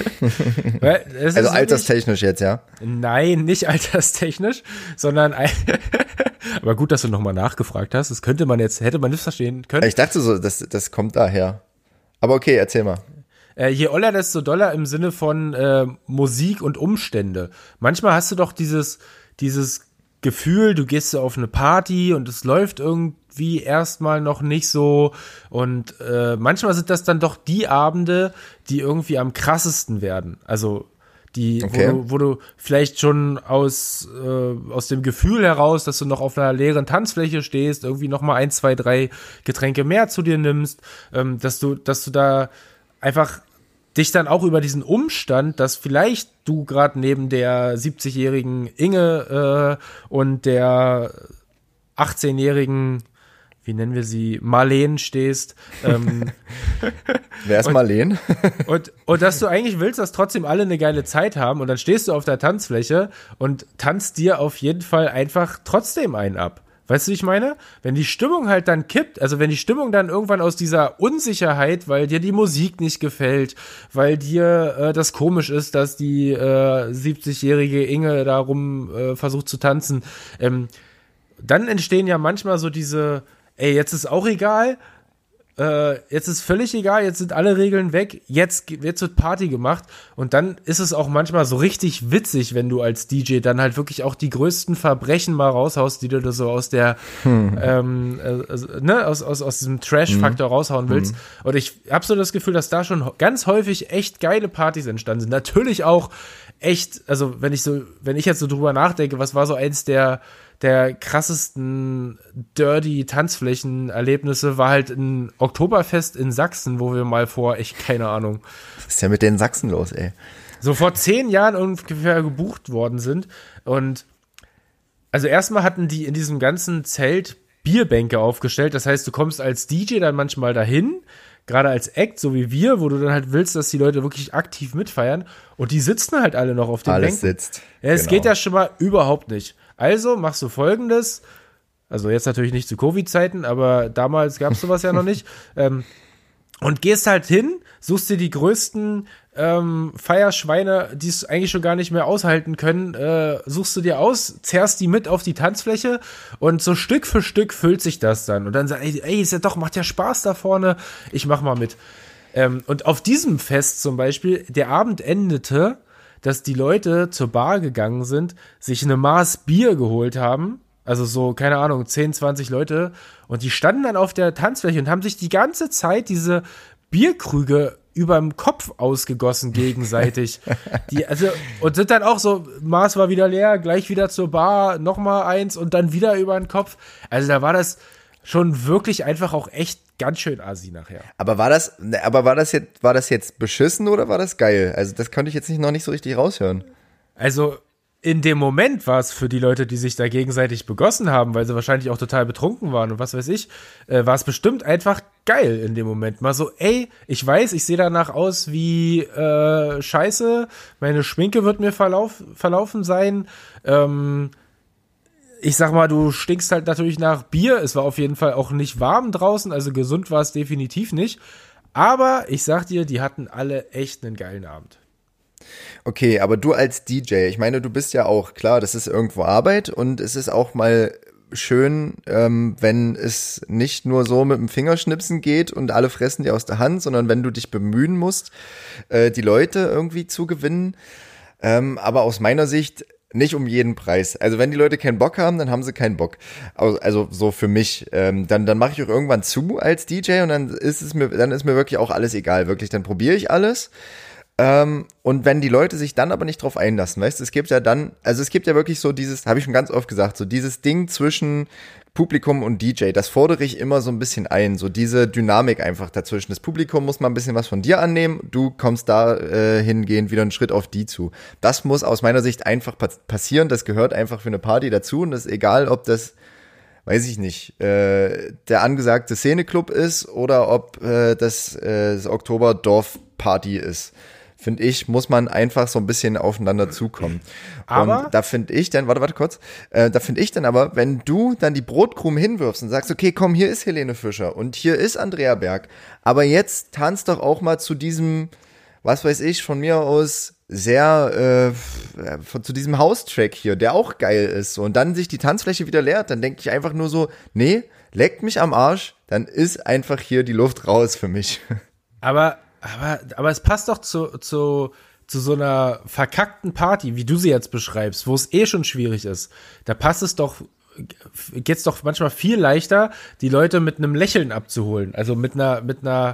Also alterstechnisch jetzt, ja? Nein, nicht alterstechnisch, sondern aber gut, dass du nochmal nachgefragt hast. Das hätte man das verstehen können. Ich dachte so, das kommt daher. Aber okay, erzähl mal. Je oller, desto doller im Sinne von Musik und Umstände. Manchmal hast du doch dieses Gefühl, du gehst so auf eine Party und es läuft irgendwie erstmal noch nicht so und manchmal sind das dann doch die Abende, die irgendwie am krassesten werden. Also die, okay, wo du vielleicht schon aus dem Gefühl heraus, dass du noch auf einer leeren Tanzfläche stehst, irgendwie noch mal 1, 2, 3 Getränke mehr zu dir nimmst, dass du da einfach dich dann auch über diesen Umstand, dass vielleicht du gerade neben der 70-jährigen Inge und der 18-jährigen, wie nennen wir sie, Marleen stehst. Wer ist Marleen? und dass du eigentlich willst, dass trotzdem alle eine geile Zeit haben und dann stehst du auf der Tanzfläche und tanzt dir auf jeden Fall einfach trotzdem einen ab. Weißt du, wie ich meine? Wenn die Stimmung halt dann kippt, also wenn die Stimmung dann irgendwann aus dieser Unsicherheit, weil dir die Musik nicht gefällt, weil dir das komisch ist, dass die 70-jährige Inge darum versucht zu tanzen, dann entstehen ja manchmal so diese, ey, jetzt ist auch egal, jetzt ist völlig egal, jetzt sind alle Regeln weg, jetzt wird Party gemacht und dann ist es auch manchmal so richtig witzig, wenn du als DJ dann halt wirklich auch die größten Verbrechen mal raushaust, die du so aus der aus diesem Trash-Faktor raushauen willst. Und ich habe so das Gefühl, dass da schon ganz häufig echt geile Partys entstanden sind. Natürlich auch echt, also wenn ich jetzt so drüber nachdenke, was war so eins der krassesten dirty Tanzflächen-Erlebnisse war halt ein Oktoberfest in Sachsen, wo wir mal vor, echt keine Ahnung. Was ist denn mit den Sachsen los, ey? So vor 10 Jahren ungefähr gebucht worden sind und also erstmal hatten die in diesem ganzen Zelt Bierbänke aufgestellt, das heißt, du kommst als DJ dann manchmal dahin, gerade als Act, so wie wir, wo du dann halt willst, dass die Leute wirklich aktiv mitfeiern und die sitzen halt alle noch auf den Bänken. Alles sitzt. Ja, es geht ja schon mal überhaupt nicht. Also machst du Folgendes, also jetzt natürlich nicht zu Covid-Zeiten, aber damals gab es sowas ja noch nicht, und gehst halt hin, suchst dir die größten Feierschweine, die es eigentlich schon gar nicht mehr aushalten können, suchst du dir aus, zerrst die mit auf die Tanzfläche und so Stück für Stück füllt sich das dann und dann sagst du, ey, ist ja doch, macht ja Spaß da vorne, ich mach mal mit. Und auf diesem Fest zum Beispiel, der Abend endete, dass die Leute zur Bar gegangen sind, sich eine Maß Bier geholt haben, also so, keine Ahnung, 10, 20 Leute, und die standen dann auf der Tanzfläche und haben sich die ganze Zeit diese Bierkrüge überm Kopf ausgegossen gegenseitig. Und sind dann auch so, Maß war wieder leer, gleich wieder zur Bar, nochmal eins und dann wieder über den Kopf. Also da war das schon wirklich einfach auch echt ganz schön assi nachher. Aber war das jetzt beschissen oder war das geil? Also das konnte ich jetzt noch nicht so richtig raushören. Also in dem Moment war es für die Leute, die sich da gegenseitig begossen haben, weil sie wahrscheinlich auch total betrunken waren und was weiß ich, war es bestimmt einfach geil in dem Moment. Mal so, ey, ich weiß, ich sehe danach aus wie Scheiße, meine Schminke wird mir verlaufen sein, ich sag mal, du stinkst halt natürlich nach Bier. Es war auf jeden Fall auch nicht warm draußen, also gesund war es definitiv nicht. Aber ich sag dir, die hatten alle echt einen geilen Abend. Okay, aber du als DJ, ich meine, du bist ja auch, klar, das ist irgendwo Arbeit und es ist auch mal schön, wenn es nicht nur so mit dem Fingerschnipsen geht und alle fressen dir aus der Hand, sondern wenn du dich bemühen musst, die Leute irgendwie zu gewinnen. Aber aus meiner Sicht nicht um jeden Preis. Also wenn die Leute keinen Bock haben, dann haben sie keinen Bock. Also so für mich. Dann mache ich auch irgendwann zu als DJ und dann ist mir wirklich auch alles egal. Wirklich, dann probiere ich alles. Und wenn die Leute sich dann aber nicht drauf einlassen, weißt du, es gibt ja wirklich so dieses, habe ich schon ganz oft gesagt, so dieses Ding zwischen Publikum und DJ, das fordere ich immer so ein bisschen ein, so diese Dynamik einfach dazwischen. Das Publikum muss mal ein bisschen was von dir annehmen, du kommst da hingehend wieder einen Schritt auf die zu. Das muss aus meiner Sicht einfach passieren, das gehört einfach für eine Party dazu und das ist egal, ob das, weiß ich nicht, der angesagte Szeneclub ist oder ob das Oktoberdorf-Party ist. Finde ich, muss man einfach so ein bisschen aufeinander zukommen. Aber und da finde ich dann, warte kurz, da finde ich dann aber, wenn du dann die Brotkrumen hinwirfst und sagst, okay, komm, hier ist Helene Fischer und hier ist Andrea Berg, aber jetzt tanz doch auch mal zu diesem, was weiß ich, von mir aus sehr, zu diesem House-Track hier, der auch geil ist, so, und dann sich die Tanzfläche wieder leert, dann denke ich einfach nur so, nee, leckt mich am Arsch, dann ist einfach hier die Luft raus für mich. Aber es passt doch zu so einer verkackten Party, wie du sie jetzt beschreibst, wo es eh schon schwierig ist. Da geht's doch manchmal viel leichter, die Leute mit einem Lächeln abzuholen. Also mit einer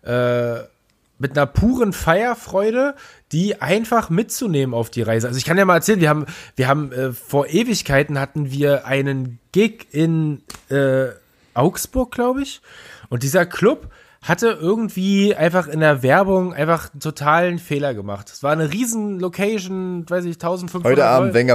puren Feierfreude, die einfach mitzunehmen auf die Reise. Also ich kann ja mal erzählen, wir haben vor Ewigkeiten hatten wir einen Gig in Augsburg, glaube ich. Und dieser Club hatte irgendwie einfach in der Werbung einfach einen totalen Fehler gemacht. Es war eine riesen Location, weiß ich, 1500 Heute Abend Wenger.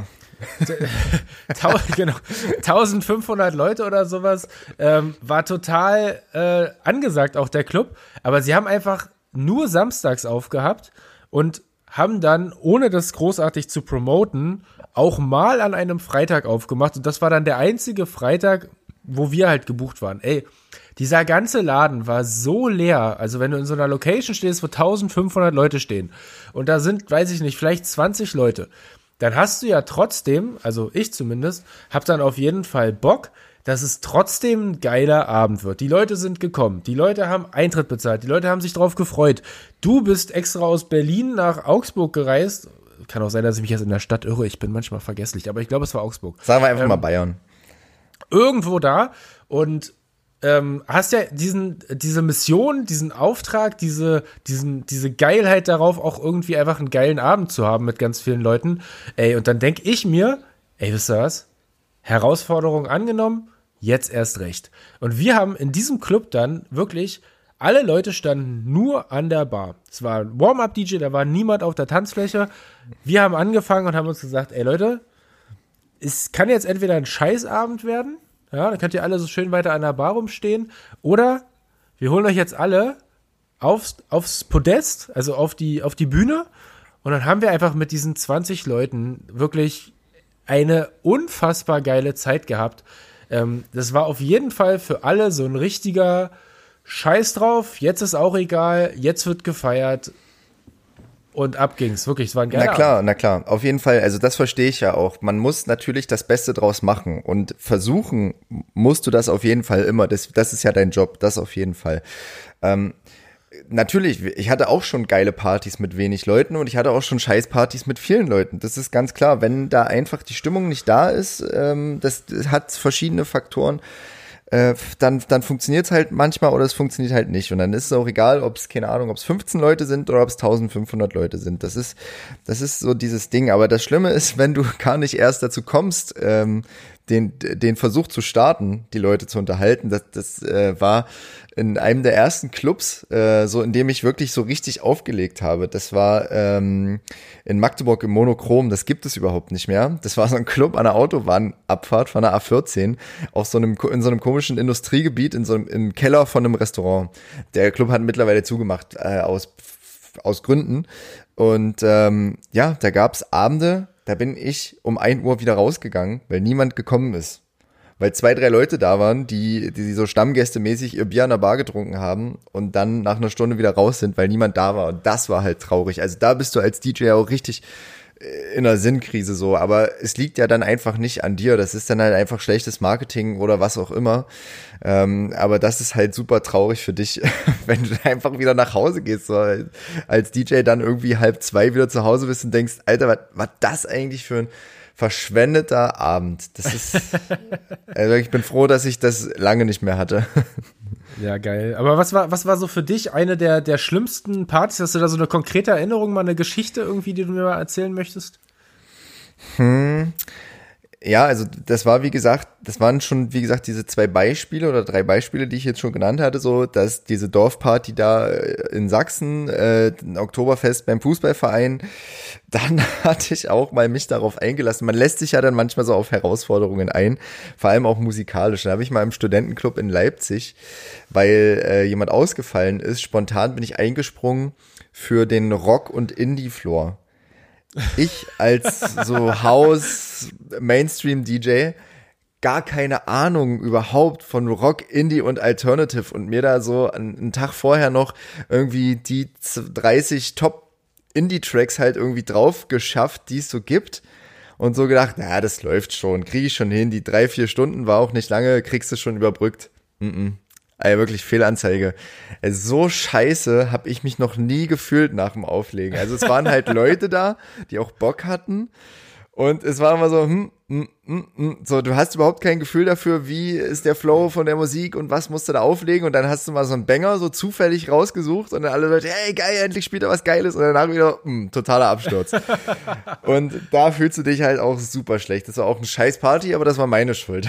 Genau, 1500 Leute oder sowas, war total angesagt, auch der Club. Aber sie haben einfach nur samstags aufgehabt und haben dann, ohne das großartig zu promoten, auch mal an einem Freitag aufgemacht. Und das war dann der einzige Freitag, wo wir halt gebucht waren. Ey, dieser ganze Laden war so leer. Also wenn du in so einer Location stehst, wo 1500 Leute stehen und da sind, weiß ich nicht, vielleicht 20 Leute, dann hast du ja trotzdem, also ich zumindest, hab dann auf jeden Fall Bock, dass es trotzdem ein geiler Abend wird. Die Leute sind gekommen, die Leute haben Eintritt bezahlt, die Leute haben sich drauf gefreut. Du bist extra aus Berlin nach Augsburg gereist. Kann auch sein, dass ich mich jetzt in der Stadt irre, ich bin manchmal vergesslich, aber ich glaube, es war Augsburg. Sagen wir einfach mal Bayern. Irgendwo da und hast ja diese Mission, diesen Auftrag, diese Geilheit darauf, auch irgendwie einfach einen geilen Abend zu haben mit ganz vielen Leuten. Ey, und dann denke ich mir, ey, wisst ihr was? Herausforderung angenommen, jetzt erst recht. Und wir haben in diesem Club dann wirklich, alle Leute standen nur an der Bar. Es war ein Warm-Up-DJ, da war niemand auf der Tanzfläche. Wir haben angefangen und haben uns gesagt, ey Leute, es kann jetzt entweder ein Scheißabend werden, ja, dann könnt ihr alle so schön weiter an der Bar rumstehen. Oder wir holen euch jetzt alle aufs Podest, also auf die Bühne. Und dann haben wir einfach mit diesen 20 Leuten wirklich eine unfassbar geile Zeit gehabt. Das war auf jeden Fall für alle so ein richtiger Scheiß drauf. Jetzt ist auch egal, jetzt wird gefeiert. Und ab ging's, wirklich, es war ein geiler Abend. Na klar, auf jeden Fall, also das verstehe ich ja auch. Man muss natürlich das Beste draus machen und versuchen musst du das auf jeden Fall immer. Das ist ja dein Job, das auf jeden Fall. Natürlich, ich hatte auch schon geile Partys mit wenig Leuten und ich hatte auch schon Scheißpartys mit vielen Leuten. Das ist ganz klar, wenn da einfach die Stimmung nicht da ist, das hat verschiedene Faktoren. Dann funktioniert es halt manchmal oder es funktioniert halt nicht. Und dann ist es auch egal, ob es, keine Ahnung, ob es 15 Leute sind oder ob es 1500 Leute sind. Das ist so dieses Ding. Aber das Schlimme ist, wenn du gar nicht erst dazu kommst, den Versuch zu starten, die Leute zu unterhalten. Das war in einem der ersten Clubs, so in dem ich wirklich so richtig aufgelegt habe. Das war in Magdeburg im Monochrom. Das gibt es überhaupt nicht mehr. Das war so ein Club an der Autobahnabfahrt von der A14 in so einem komischen Industriegebiet im Keller von einem Restaurant. Der Club hat mittlerweile zugemacht aus Gründen. Und ja, da gab's Abende. Da bin ich um 1 Uhr wieder rausgegangen, weil niemand gekommen ist. Weil 2, 3 Leute da waren, die so stammgästemäßig ihr Bier an der Bar getrunken haben und dann nach einer Stunde wieder raus sind, weil niemand da war. Und das war halt traurig. Also da bist du als DJ auch richtig in einer Sinnkrise so. Aber es liegt ja dann einfach nicht an dir. Das ist dann halt einfach schlechtes Marketing oder was auch immer. Aber das ist halt super traurig für dich, wenn du einfach wieder nach Hause gehst, so als DJ dann irgendwie 1:30 wieder zu Hause bist und denkst, Alter, was war das eigentlich für ein verschwendeter Abend? Das ist, also ich bin froh, dass ich das lange nicht mehr hatte. Ja, geil. Aber was war so für dich eine der schlimmsten Partys? Hast du da so eine konkrete Erinnerung, mal eine Geschichte irgendwie, die du mir mal erzählen möchtest? Ja, also das waren schon, wie gesagt, diese 2 Beispiele oder 3 Beispiele, die ich jetzt schon genannt hatte, so, dass diese Dorfparty da in Sachsen, ein Oktoberfest beim Fußballverein, dann hatte ich auch mal mich darauf eingelassen. Man lässt sich ja dann manchmal so auf Herausforderungen ein, vor allem auch musikalisch. Da habe ich mal im Studentenclub in Leipzig, weil jemand ausgefallen ist, spontan bin ich eingesprungen für den Rock- und Indie-Floor. Ich als so House-Mainstream-DJ gar keine Ahnung überhaupt von Rock, Indie und Alternative und mir da so einen Tag vorher noch irgendwie die 30 Top-Indie-Tracks halt irgendwie drauf geschafft, die es so gibt und so gedacht, na, das läuft schon, kriege ich schon hin, die 3-4 Stunden war auch nicht lange, kriegst du schon überbrückt. Also wirklich Fehlanzeige. So scheiße habe ich mich noch nie gefühlt nach dem Auflegen. Also es waren halt Leute da, die auch Bock hatten. Und es war immer so, so, du hast überhaupt kein Gefühl dafür, wie ist der Flow von der Musik und was musst du da auflegen. Und dann hast du mal so einen Banger so zufällig rausgesucht und dann alle Leute, hey, geil, endlich spielt er was Geiles. Und danach wieder, totaler Absturz. Und da fühlst du dich halt auch super schlecht. Das war auch eine scheiß Party, aber das war meine Schuld.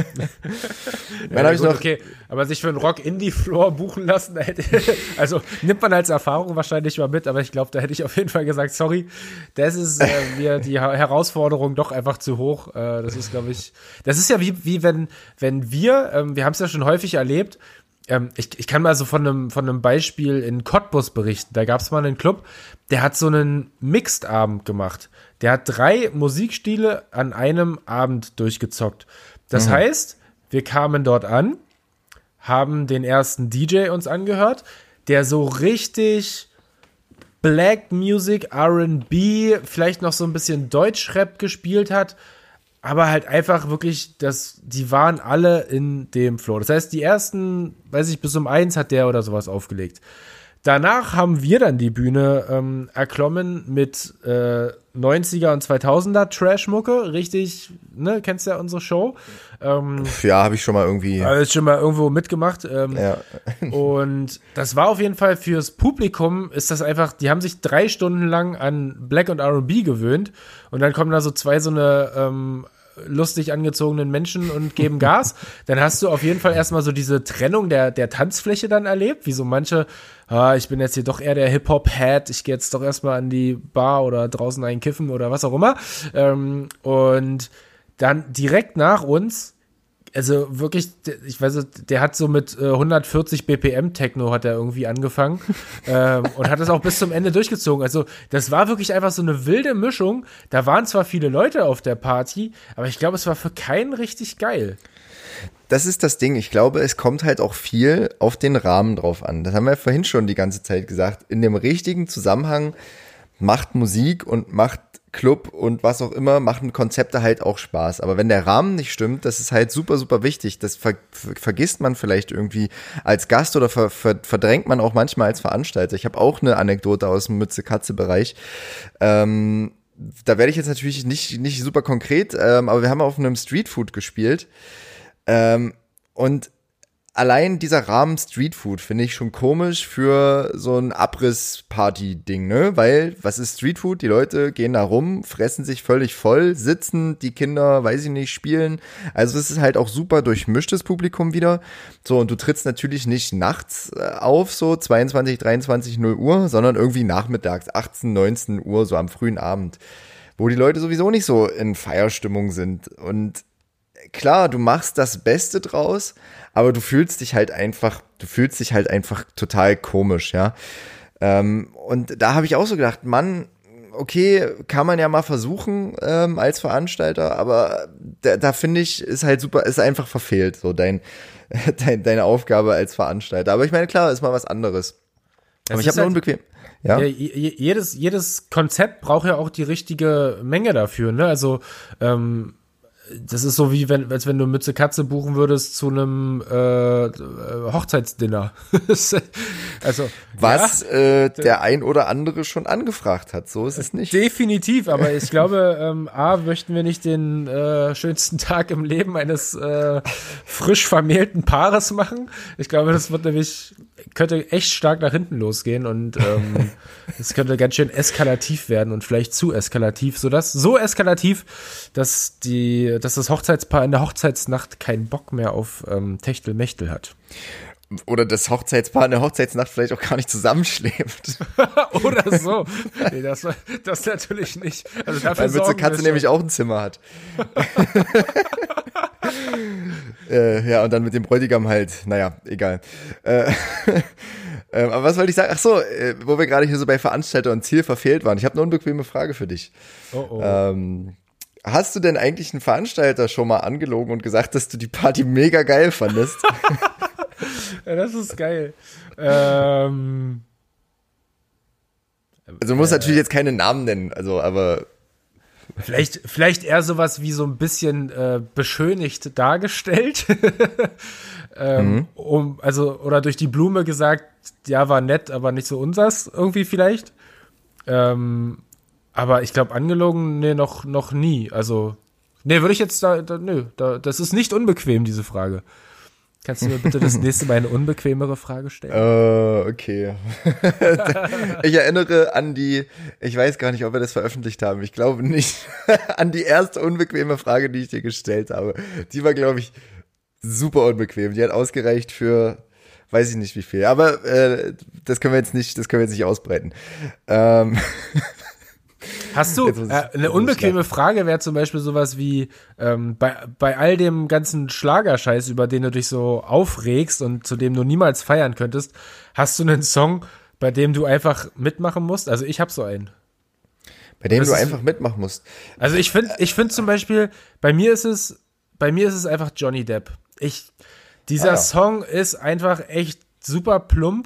Dann hab ich noch, okay, aber sich für einen Rock-Indie-Floor buchen lassen, also nimmt man als Erfahrung wahrscheinlich mal mit, aber ich glaube, da hätte ich auf jeden Fall gesagt, sorry, das ist mir die Herausforderung doch einfach zu hoch. Das ist, glaube ich, das ist ja wie wenn wir haben es ja schon häufig erlebt, ich kann mal so von einem Beispiel in Cottbus berichten. Da gab es mal einen Club, der hat so einen Mixed-Abend gemacht. Der hat 3 Musikstile an einem Abend durchgezockt. Das heißt, wir kamen dort an, haben den ersten DJ uns angehört, der so richtig Black Music, R&B, vielleicht noch so ein bisschen Deutschrap gespielt hat, aber halt einfach wirklich, die waren alle in dem Flow. Das heißt, die ersten, weiß ich, bis um 1 hat der oder sowas aufgelegt. Danach haben wir dann die Bühne erklommen mit 90er und 2000er Trash-Mucke, richtig, ne, kennst ja unsere Show. Ja, habe ich schon mal irgendwie. Schon mal irgendwo mitgemacht. Ja. Und das war auf jeden Fall fürs Publikum, ist das einfach, die haben sich 3 Stunden lang an Black und R&B gewöhnt und dann kommen da so 2 so eine lustig angezogenen Menschen und geben Gas, dann hast du auf jeden Fall erstmal so diese Trennung der Tanzfläche dann erlebt, wie so manche, ich bin jetzt hier doch eher der Hip-Hop-Head, ich gehe jetzt doch erstmal an die Bar oder draußen einen kiffen oder was auch immer. Und dann direkt nach uns, also wirklich, ich weiß nicht, der hat so mit 140 BPM Techno hat er irgendwie angefangen und hat das auch bis zum Ende durchgezogen. Also das war wirklich einfach so eine wilde Mischung. Da waren zwar viele Leute auf der Party, aber ich glaube, es war für keinen richtig geil. Das ist das Ding. Ich glaube, es kommt halt auch viel auf den Rahmen drauf an. Das haben wir ja vorhin schon die ganze Zeit gesagt. In dem richtigen Zusammenhang macht Musik und macht Club und was auch immer, machen Konzepte halt auch Spaß. Aber wenn der Rahmen nicht stimmt, das ist halt super, super wichtig. Das vergisst man vielleicht irgendwie als Gast oder verdrängt man auch manchmal als Veranstalter. Ich habe auch eine Anekdote aus dem Mütze-Katze-Bereich. Da werde ich jetzt natürlich nicht super konkret, aber wir haben auf einem Streetfood gespielt. Und allein dieser Rahmen Streetfood finde ich schon komisch für so ein Abriss-Party-Ding, ne? Weil, was ist Streetfood? Die Leute gehen da rum, fressen sich völlig voll, sitzen, die Kinder, weiß ich nicht, spielen. Also es ist halt auch super durchmischtes Publikum wieder. So, und du trittst natürlich nicht nachts auf, so 22, 23, 0 Uhr, sondern irgendwie nachmittags, 18, 19 Uhr, so am frühen Abend, wo die Leute sowieso nicht so in Feierstimmung sind. Und klar, du machst das Beste draus, aber du fühlst dich halt einfach total komisch, ja. Und da habe ich auch so gedacht, Mann, okay, kann man ja mal versuchen als Veranstalter, aber da finde ich, ist halt super, ist einfach verfehlt, so deine Aufgabe als Veranstalter. Aber ich meine, klar, ist mal was anderes. Aber ich habe nur unbequem. Ja. Jedes Konzept braucht ja auch die richtige Menge dafür, ne? Also das ist so wie als wenn du Mütze Katze buchen würdest zu einem Hochzeitsdinner. Also Was der ein oder andere schon angefragt hat, so ist es nicht. Definitiv, aber ich glaube, möchten wir nicht den schönsten Tag im Leben eines frisch vermählten Paares machen. Ich glaube, das könnte echt stark nach hinten losgehen und es könnte ganz schön eskalativ werden und vielleicht zu eskalativ, so eskalativ, dass das Hochzeitspaar in der Hochzeitsnacht keinen Bock mehr auf Techtelmechtel hat. Oder das Hochzeitspaar in der Hochzeitsnacht vielleicht auch gar nicht zusammenschläft. Oder so. Nee, das natürlich nicht. Also dafür weil Mütze Katze nämlich auch ein Zimmer hat. Ja, und dann mit dem Bräutigam halt, naja, egal. Aber was wollte ich sagen? Ach so, wo wir gerade hier so bei Veranstalter und Ziel verfehlt waren. Ich habe eine unbequeme Frage für dich. Oh. Hast du denn eigentlich einen Veranstalter schon mal angelogen und gesagt, dass du die Party mega geil fandest? Ja, das ist geil. Also du musst natürlich jetzt keine Namen nennen, aber vielleicht eher sowas wie so ein bisschen beschönigt dargestellt. Oder durch die Blume gesagt, ja, war nett, aber nicht so unsers irgendwie vielleicht. Aber ich glaube, angelogen, nee, noch nie. Also, nee, würde ich jetzt das ist nicht unbequem, diese Frage. Kannst du mir bitte das nächste Mal eine unbequemere Frage stellen? Okay. Ich erinnere an ich weiß gar nicht, ob wir das veröffentlicht haben, ich glaube nicht, an die erste unbequeme Frage, die ich dir gestellt habe. Die war, glaube ich, super unbequem. Die hat ausgereicht für, weiß ich nicht wie viel, aber das können wir jetzt nicht ausbreiten. Hast du, eine unbequeme Frage wäre zum Beispiel sowas wie, bei all dem ganzen Schlagerscheiß, über den du dich so aufregst und zu dem du niemals feiern könntest, hast du einen Song, bei dem du einfach mitmachen musst? Also ich habe so einen. Bei dem du einfach mitmachen musst? Also ich finde zum Beispiel, bei mir ist es einfach Johnny Depp. Dieser Song ist einfach echt super plump.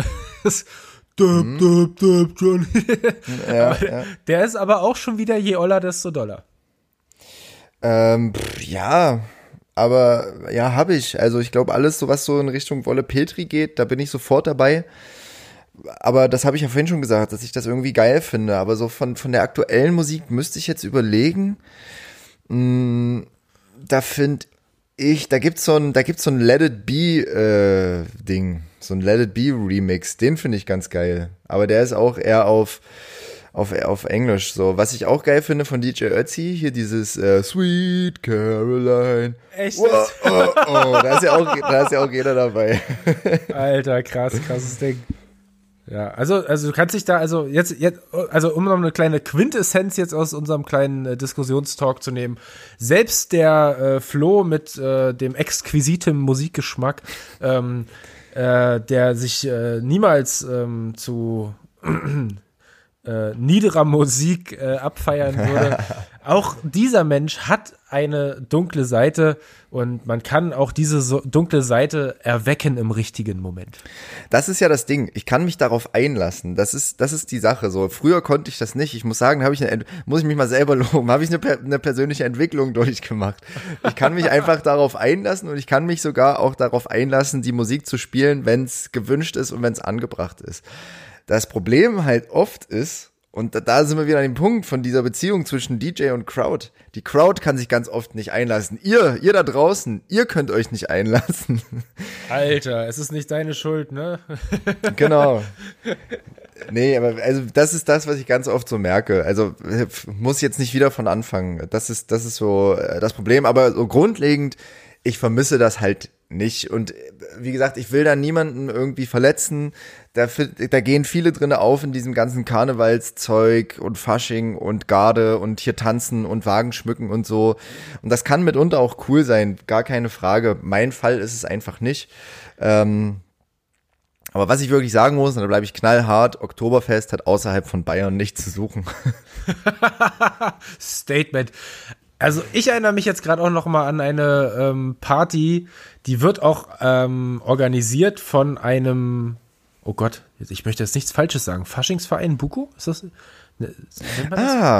Johnny. Ja. Der ist aber auch schon wieder je oller, desto doller. Ja, aber ja, habe ich. Also ich glaube, alles, so was so in Richtung Wolle Petri geht, da bin ich sofort dabei. Aber das habe ich ja vorhin schon gesagt, dass ich das irgendwie geil finde. Aber so von der aktuellen Musik müsste ich jetzt überlegen. Da finde ich, da gibt's so ein Let It Be Ding. So ein Let It Be Remix, den finde ich ganz geil. Aber der ist auch eher auf Englisch so. Was ich auch geil finde von DJ Ötzi, hier dieses Sweet Caroline. Echt? Da ist ja auch jeder dabei. Alter, krasses Ding. Ja, also du kannst dich da, also um noch eine kleine Quintessenz jetzt aus unserem kleinen Diskussionstalk zu nehmen, selbst der Flo mit dem exquisitem Musikgeschmack, der sich niemals zu niederer Musik abfeiern würde. Auch dieser Mensch hat eine dunkle Seite und man kann auch diese dunkle Seite erwecken im richtigen Moment. Das ist ja das Ding. Ich kann mich darauf einlassen. Das ist die Sache. So, früher konnte ich das nicht. Ich muss sagen, muss ich mich mal selber loben, habe ich eine persönliche Entwicklung durchgemacht. Ich kann mich einfach darauf einlassen und ich kann mich sogar auch darauf einlassen, die Musik zu spielen, wenn es gewünscht ist und wenn es angebracht ist. Das Problem halt oft ist, und da sind wir wieder an dem Punkt von dieser Beziehung zwischen DJ und Crowd. Die Crowd kann sich ganz oft nicht einlassen. Ihr da draußen, ihr könnt euch nicht einlassen. Alter, es ist nicht deine Schuld, ne? Genau. Nee, aber also das ist das, was ich ganz oft so merke. Also muss jetzt nicht wieder von anfangen. Das ist so das Problem. Aber so grundlegend, ich vermisse das halt nicht. Und wie gesagt, ich will da niemanden irgendwie verletzen. Da gehen viele drinne auf in diesem ganzen Karnevalszeug und Fasching und Garde und hier tanzen und Wagen schmücken und so. Und das kann mitunter auch cool sein, gar keine Frage. Mein Fall ist es einfach nicht. Aber was ich wirklich sagen muss, und da bleibe ich knallhart, Oktoberfest hat außerhalb von Bayern nichts zu suchen. Statement. Also ich erinnere mich jetzt gerade auch noch mal an eine Party, die wird auch organisiert von einem, oh Gott, ich möchte jetzt nichts Falsches sagen, Faschingsverein Buko? Ist das? Nennt man das?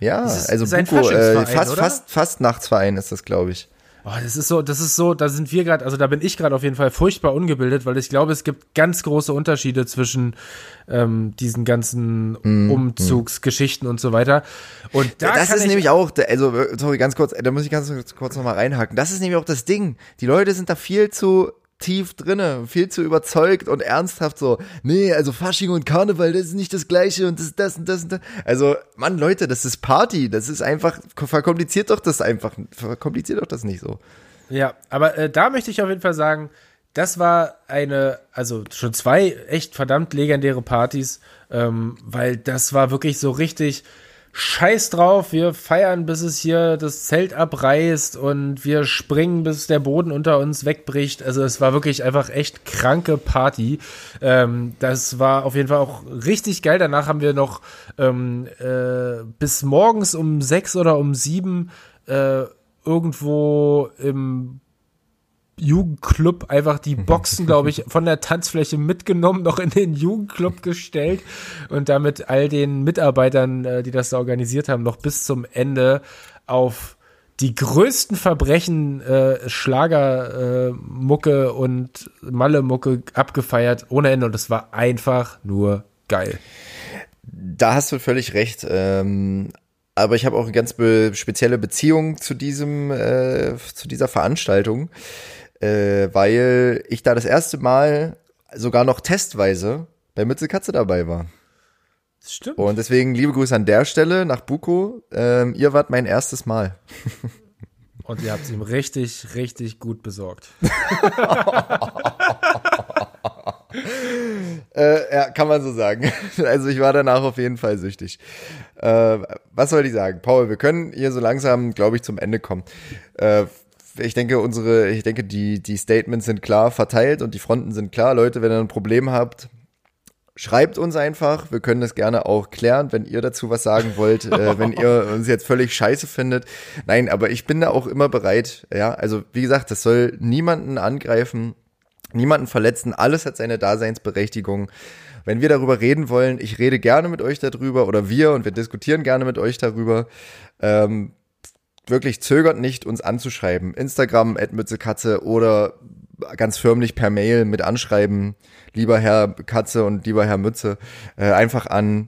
Ja, Das also ist ein Buko, Faschingsverein, oder? fast Nachtsverein ist das, glaube ich. Oh, das ist so, da sind wir gerade, also da bin ich gerade auf jeden Fall furchtbar ungebildet, weil ich glaube, es gibt ganz große Unterschiede zwischen diesen ganzen Umzugsgeschichten und so weiter. Und da das ist nämlich auch, also, sorry, ganz kurz, da muss ich ganz kurz nochmal reinhaken. Das ist nämlich auch das Ding. Die Leute sind da viel zu tief drinne, viel zu überzeugt und ernsthaft so, nee, also Fasching und Karneval, das ist nicht das Gleiche und das ist das und das und das. Also, Mann, Leute, das ist Party, das ist einfach, verkompliziert doch das nicht so. Ja, aber da möchte ich auf jeden Fall sagen, das war also schon 2 echt verdammt legendäre Partys, weil das war wirklich so richtig Scheiß drauf, wir feiern, bis es hier das Zelt abreißt und wir springen, bis der Boden unter uns wegbricht. Also es war wirklich einfach echt kranke Party. Das war auf jeden Fall auch richtig geil. Danach haben wir noch bis morgens um 6 oder um 7 irgendwo im Jugendclub einfach die Boxen, glaube ich, von der Tanzfläche mitgenommen, noch in den Jugendclub gestellt und damit all den Mitarbeitern, die das da organisiert haben, noch bis zum Ende auf die größten Verbrechen Schlagermucke und Malle-Mucke abgefeiert, ohne Ende. Und das war einfach nur geil. Da hast du völlig recht. Aber ich habe auch eine ganz spezielle Beziehung zu dieser Veranstaltung, weil ich da das erste Mal sogar noch testweise bei Mütze Katze dabei war. Das stimmt. Und deswegen liebe Grüße an der Stelle nach Buko. Ihr wart mein erstes Mal. Und ihr habt es ihm richtig, richtig gut besorgt. Ja, kann man so sagen. Also ich war danach auf jeden Fall süchtig. Was soll ich sagen? Paul, wir können hier so langsam, glaube ich, zum Ende kommen. Ich denke, die Statements sind klar verteilt und die Fronten sind klar. Leute, wenn ihr ein Problem habt, schreibt uns einfach. Wir können das gerne auch klären, wenn ihr dazu was sagen wollt, wenn ihr uns jetzt völlig scheiße findet. Nein, aber ich bin da auch immer bereit. Ja, also wie gesagt, das soll niemanden angreifen, niemanden verletzen. Alles hat seine Daseinsberechtigung. Wenn wir darüber reden wollen, ich rede gerne mit euch darüber und wir diskutieren gerne mit euch darüber. Wirklich zögert nicht, uns anzuschreiben. Instagram @mützekatze oder ganz förmlich per Mail mit anschreiben, lieber Herr Katze und lieber Herr Mütze, einfach an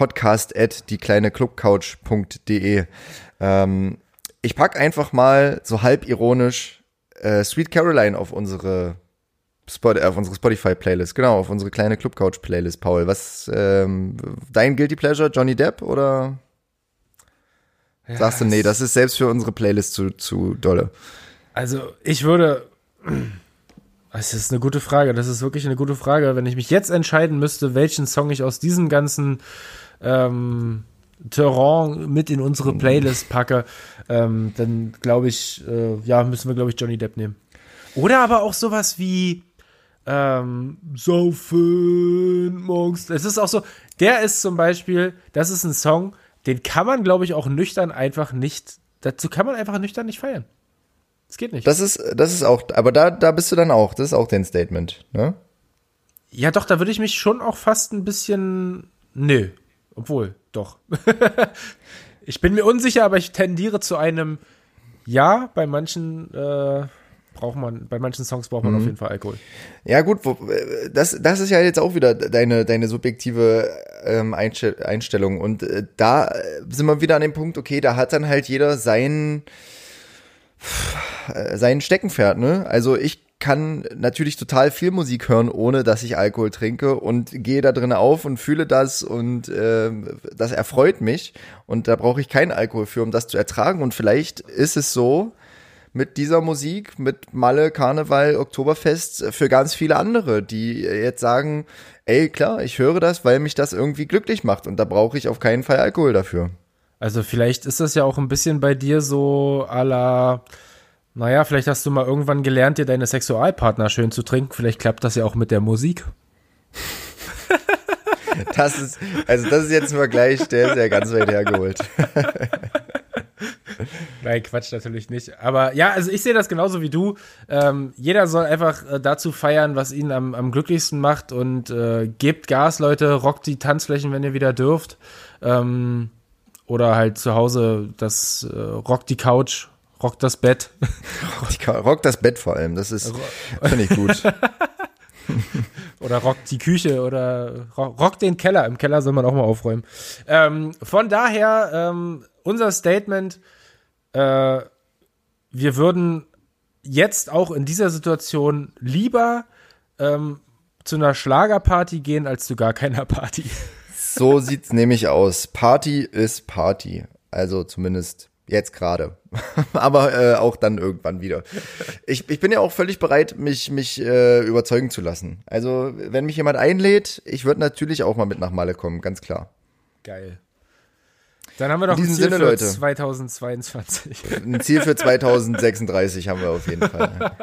podcast@diekleineclubcouch.de. Ich pack einfach mal so halb ironisch Sweet Caroline auf unsere Spotify-Playlist, genau, auf unsere kleine Clubcouch-Playlist, Paul. Was, dein Guilty Pleasure, Johnny Depp, oder Ja, sagst du, nee, das ist selbst für unsere Playlist zu dolle? Also ich würde, das ist eine gute Frage, das ist wirklich eine gute Frage. Wenn ich mich jetzt entscheiden müsste, welchen Song ich aus diesem ganzen Terrain mit in unsere Playlist packe, dann glaube ich, müssen wir, glaube ich, Johnny Depp nehmen. Oder aber auch sowas wie Saufen morgens. Es ist auch so, der ist zum Beispiel, das ist ein Song, den kann man, glaube ich, auch nüchtern einfach nicht, dazu kann man einfach nüchtern nicht feiern. Das geht nicht. Das ist auch, aber da bist du dann auch, das ist auch dein Statement, ne? Ja, doch, da würde ich mich schon auch fast ein bisschen, obwohl, doch. Ich bin mir unsicher, aber ich tendiere zu einem Ja, bei manchen Songs braucht man auf jeden Fall Alkohol. Ja gut, das ist ja jetzt auch wieder deine subjektive Einstellung und da sind wir wieder an dem Punkt, okay, da hat dann halt jeder sein Steckenpferd, ne? Also ich kann natürlich total viel Musik hören, ohne dass ich Alkohol trinke und gehe da drin auf und fühle das und das erfreut mich und da brauche ich keinen Alkohol für, um das zu ertragen und vielleicht ist es so, mit dieser Musik, mit Malle, Karneval, Oktoberfest für ganz viele andere, die jetzt sagen, ey, klar, ich höre das, weil mich das irgendwie glücklich macht und da brauche ich auf keinen Fall Alkohol dafür. Also vielleicht ist das ja auch ein bisschen bei dir so à la, naja, vielleicht hast du mal irgendwann gelernt, dir deine Sexualpartner schön zu trinken, vielleicht klappt das ja auch mit der Musik. Das ist jetzt ein Vergleich, der ist ja ganz weit hergeholt. Nein, Quatsch, natürlich nicht. Aber ja, also ich sehe das genauso wie du. Jeder soll einfach dazu feiern, was ihn am glücklichsten macht und gebt Gas, Leute, rockt die Tanzflächen, wenn ihr wieder dürft. Oder halt zu Hause das rockt die Couch, rockt das Bett. Rockt das Bett vor allem, das ist, finde ich gut. Oder rockt die Küche oder rockt den Keller. Im Keller soll man auch mal aufräumen. Von daher, unser Statement, wir würden jetzt auch in dieser Situation lieber zu einer Schlagerparty gehen, als zu gar keiner Party. So sieht's nämlich aus. Party ist Party. Also zumindest jetzt gerade. Aber auch dann irgendwann wieder. Ich bin ja auch völlig bereit, mich überzeugen zu lassen. Also wenn mich jemand einlädt, ich würde natürlich auch mal mit nach Malle kommen, ganz klar. Geil. Dann haben wir noch ein Ziel Sinne, für Leute. 2022. Ein Ziel für 2036 haben wir auf jeden Fall.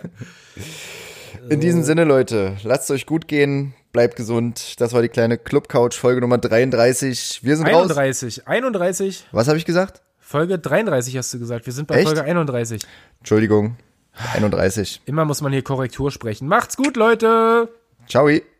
In diesem Sinne, Leute, lasst es euch gut gehen, bleibt gesund. Das war die kleine Club-Couch, Folge Nummer 33. Wir sind 31. 31. Was habe ich gesagt? Folge 33 hast du gesagt. Wir sind bei Echt? Folge 31. Entschuldigung, 31. Immer muss man hier Korrektur sprechen. Macht's gut, Leute! Ciao.